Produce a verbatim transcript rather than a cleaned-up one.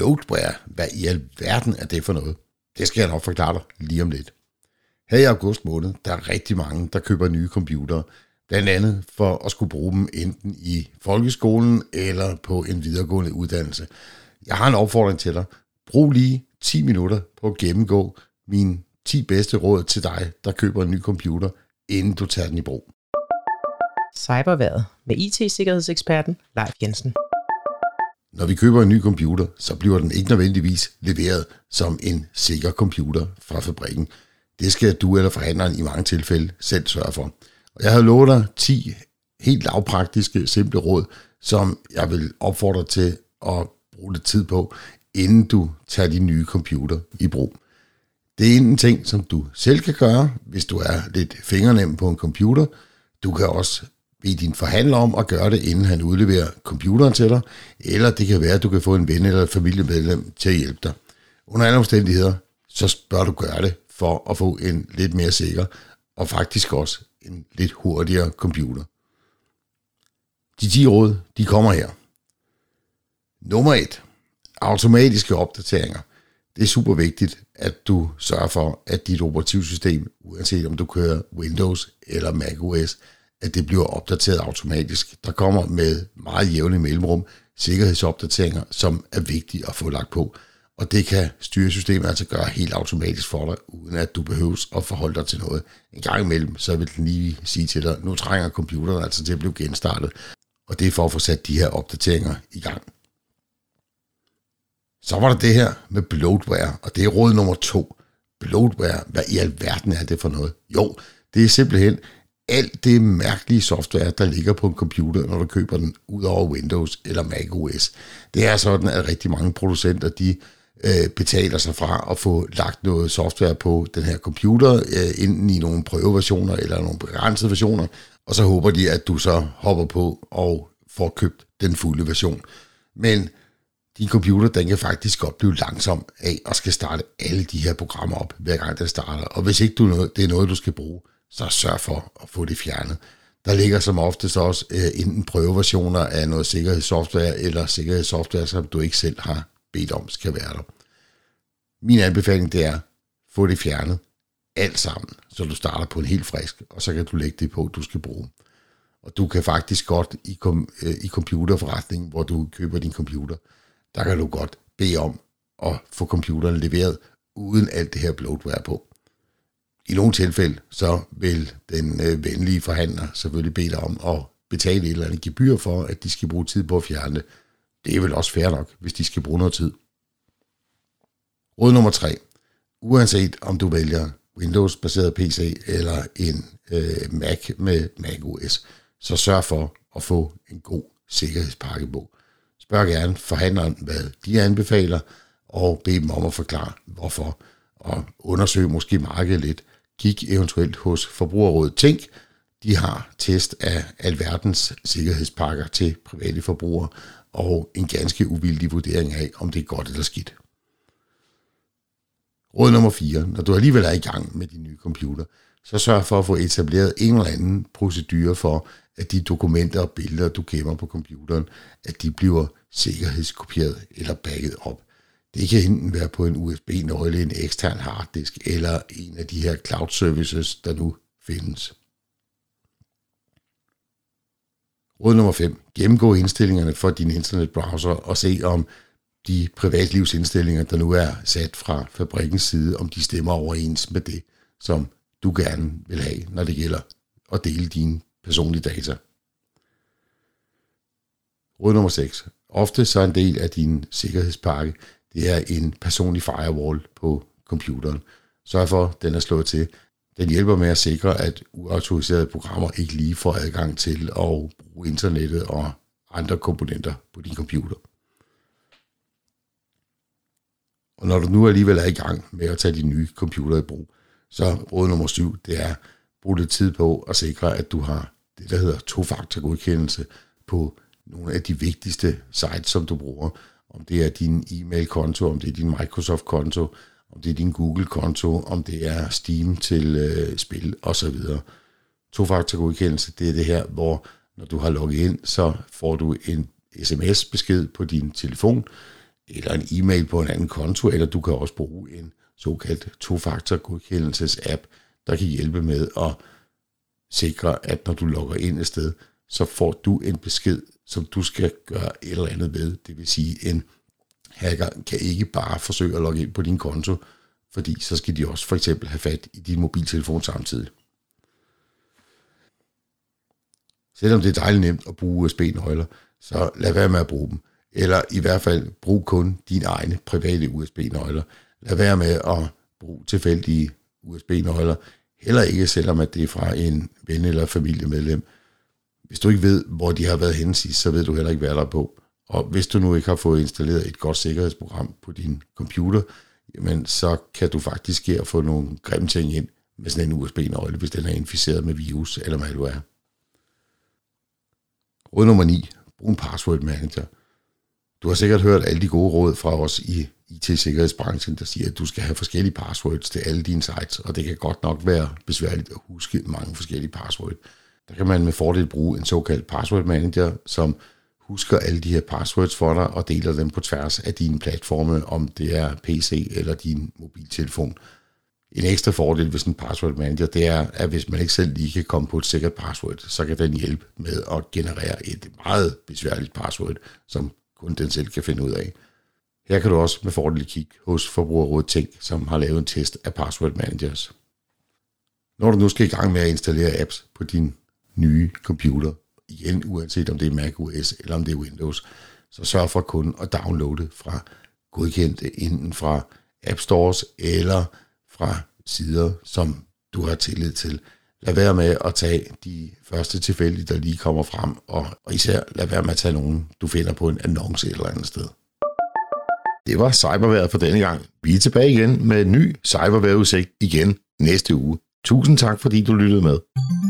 bloatware, hvad i alverden er det for noget? Det skal jeg nok forklare dig lige om lidt. Her i august måned, der er rigtig mange, der køber nye computere, blandt andet for at skulle bruge dem enten i folkeskolen eller på en videregående uddannelse. Jeg har en opfordring til dig. Brug lige ti minutter på at gennemgå mine ti bedste råd til dig, der køber en ny computer, inden du tager den i brug. Cyberværet med I T-sikkerhedseksperten Leif Jensen. Når vi køber en ny computer, så bliver den ikke nødvendigvis leveret som en sikker computer fra fabrikken. Det skal du eller forhandleren i mange tilfælde selv sørge for. Og jeg har lovet dig ti helt lavpraktiske, simple råd, som jeg vil opfordre dig til at bruge lidt tid på, inden du tager din nye computer i brug. Det er en ting, som du selv kan gøre, hvis du er lidt fingernem på en computer. Du kan også bede din forhandler om at gøre det, inden han udleverer computeren til dig, eller det kan være, at du kan få en ven eller et familiemedlem til at hjælpe dig. Under alle omstændigheder, så bør du gøre det for at få en lidt mere sikker, og faktisk også en lidt hurtigere computer. De ti råd, de kommer her. Nummer et. Automatiske opdateringer. Det er super vigtigt, at du sørger for, at dit operativsystem, uanset om du kører Windows eller macOS, at det bliver opdateret automatisk. Der kommer med meget jævnlige mellemrum sikkerhedsopdateringer, som er vigtige at få lagt på. Og det kan styresystemet altså gøre helt automatisk for dig, uden at du behøves at forholde dig til noget. En gang imellem, så vil den lige sige til dig, nu trænger computeren altså til at blive genstartet. Og det er for at få sat de her opdateringer i gang. Så var der det her med bloatware, og det er råd nummer to. Bloatware, hvad i alverden er det for noget? Jo, det er simpelthen alt det mærkelige software, der ligger på en computer, når du køber den ud over Windows eller macOS. Det er sådan, at rigtig mange producenter, de øh, betaler sig fra at få lagt noget software på den her computer, øh, enten i nogle prøveversioner eller nogle begrænsede versioner, og så håber de, at du så hopper på og får købt den fulde version. Men din computer, den kan faktisk godt blive langsom af at skal starte alle de her programmer op, hver gang den starter. Og hvis ikke du, det er noget, du skal bruge, så sørg for at få det fjernet. Der ligger som oftest også øh, enten prøveversioner af noget sikkerhedssoftware, eller sikkerhedssoftware, som du ikke selv har bedt om, skal være der. Min anbefaling, det er, få det fjernet alt sammen, så du starter på en helt frisk, og så kan du lægge det på, du skal bruge. Og du kan faktisk godt i, kom, øh, i computerforretningen, hvor du køber din computer, der kan du godt bede om at få computeren leveret uden alt det her bloatware på. I nogle tilfælde, så vil den øh, venlige forhandler selvfølgelig bede dig om at betale et eller andet gebyr for, at de skal bruge tid på at fjerne det. Det er vel også fair nok, hvis de skal bruge noget tid. Råd nummer tre. Uanset om du vælger Windows-baseret P C eller en øh, Mac med macOS, så sørg for at få en god sikkerhedspakke på. Spørg gerne forhandleren, hvad de anbefaler, og bed dem om at forklare, hvorfor. Og undersøg måske markedet lidt. Kig eventuelt hos Forbrugerrådet Tænk. De har test af alverdens sikkerhedspakker til private forbrugere, og en ganske uvildig vurdering af, om det er godt eller skidt. Råd nummer fire. Når du alligevel er i gang med din nye computer, så sørg for at få etableret en eller anden procedure for, at de dokumenter og billeder, du gemmer på computeren, at de bliver sikkerhedskopieret eller backet op. Det kan enten være på en U S B-nøgle, en ekstern harddisk eller en af de her cloud services, der nu findes. Råd nummer fem. Gennemgå indstillingerne for din internetbrowser og se om de privatlivsindstillinger, der nu er sat fra fabrikkens side, om de stemmer overens med det, som du gerne vil have, når det gælder at dele dine personlige data. Råd nummer seks. Ofte så en del af din sikkerhedspakke, det er en personlig firewall på computeren. Sørg for, at den er slået til. Den hjælper med at sikre, at uautoriserede programmer ikke lige får adgang til at bruge internettet og andre komponenter på din computer. Og når du nu alligevel er i gang med at tage din nye computer i brug, så råd nummer syv, det er brug lidt tid på at sikre, at du har det, der hedder to-faktor-godkendelse på nogle af de vigtigste sites, som du bruger. Om det er din e-mail-konto, om det er din Microsoft-konto, om det er din Google-konto, om det er Steam til øh, spil osv. To-faktor-godkendelse, det er det her, hvor når du har logget ind, så får du en sms-besked på din telefon, eller en e-mail på en anden konto, eller du kan også bruge en såkaldt to-faktor godkendelses-app, der kan hjælpe med at sikre, at når du logger ind et sted, så får du en besked, som du skal gøre et eller andet ved. Det vil sige, en hacker kan ikke bare forsøge at logge ind på din konto, fordi så skal de også for eksempel have fat i din mobiltelefon samtidig. Selvom det er dejligt nemt at bruge U S B-nøgler, så lad være med at bruge dem. Eller i hvert fald brug kun dine egne private U S B-nøgler. Lad være med at bruge tilfældige U S B-nøgler. Heller ikke, selvom at det er fra en ven eller familiemedlem. Hvis du ikke ved, hvor de har været henne sidst, så ved du heller ikke, hvad der er på. Og hvis du nu ikke har fået installeret et godt sikkerhedsprogram på din computer, jamen så kan du faktisk her få nogle grimme ting ind med sådan en U S B-nøgle, hvis den er inficeret med virus eller malware. Råd nummer ni. Brug en password manager. Du har sikkert hørt alle de gode råd fra os i I T-sikkerhedsbranchen, der siger, at du skal have forskellige passwords til alle dine sites, og det kan godt nok være besværligt at huske mange forskellige passwords. Der kan man med fordel bruge en såkaldt password manager, som husker alle de her passwords for dig og deler dem på tværs af dine platforme, om det er P C eller din mobiltelefon. En ekstra fordel ved sådan en password manager, det er, at hvis man ikke selv lige kan komme på et sikkert password, så kan den hjælpe med at generere et meget besværligt password, som kun den selv kan finde ud af. Her kan du også med fordel kigge hos Forbrugerrådet Tænk, som har lavet en test af password managers. Når du nu skal i gang med at installere apps på din nye computer, igen uanset om det er Mac O S eller om det er Windows, så sørg for kun at downloade fra godkendte enten fra App Stores eller fra sider, som du har tillid til. Lad være med at tage de første tilfældige, der lige kommer frem, og, og især lad være med at tage nogen, du finder på en annonce et eller andet sted. Det var cyberværet for denne gang. Vi er tilbage igen med en ny cyberværetudsigt igen næste uge. Tusind tak, fordi du lyttede med.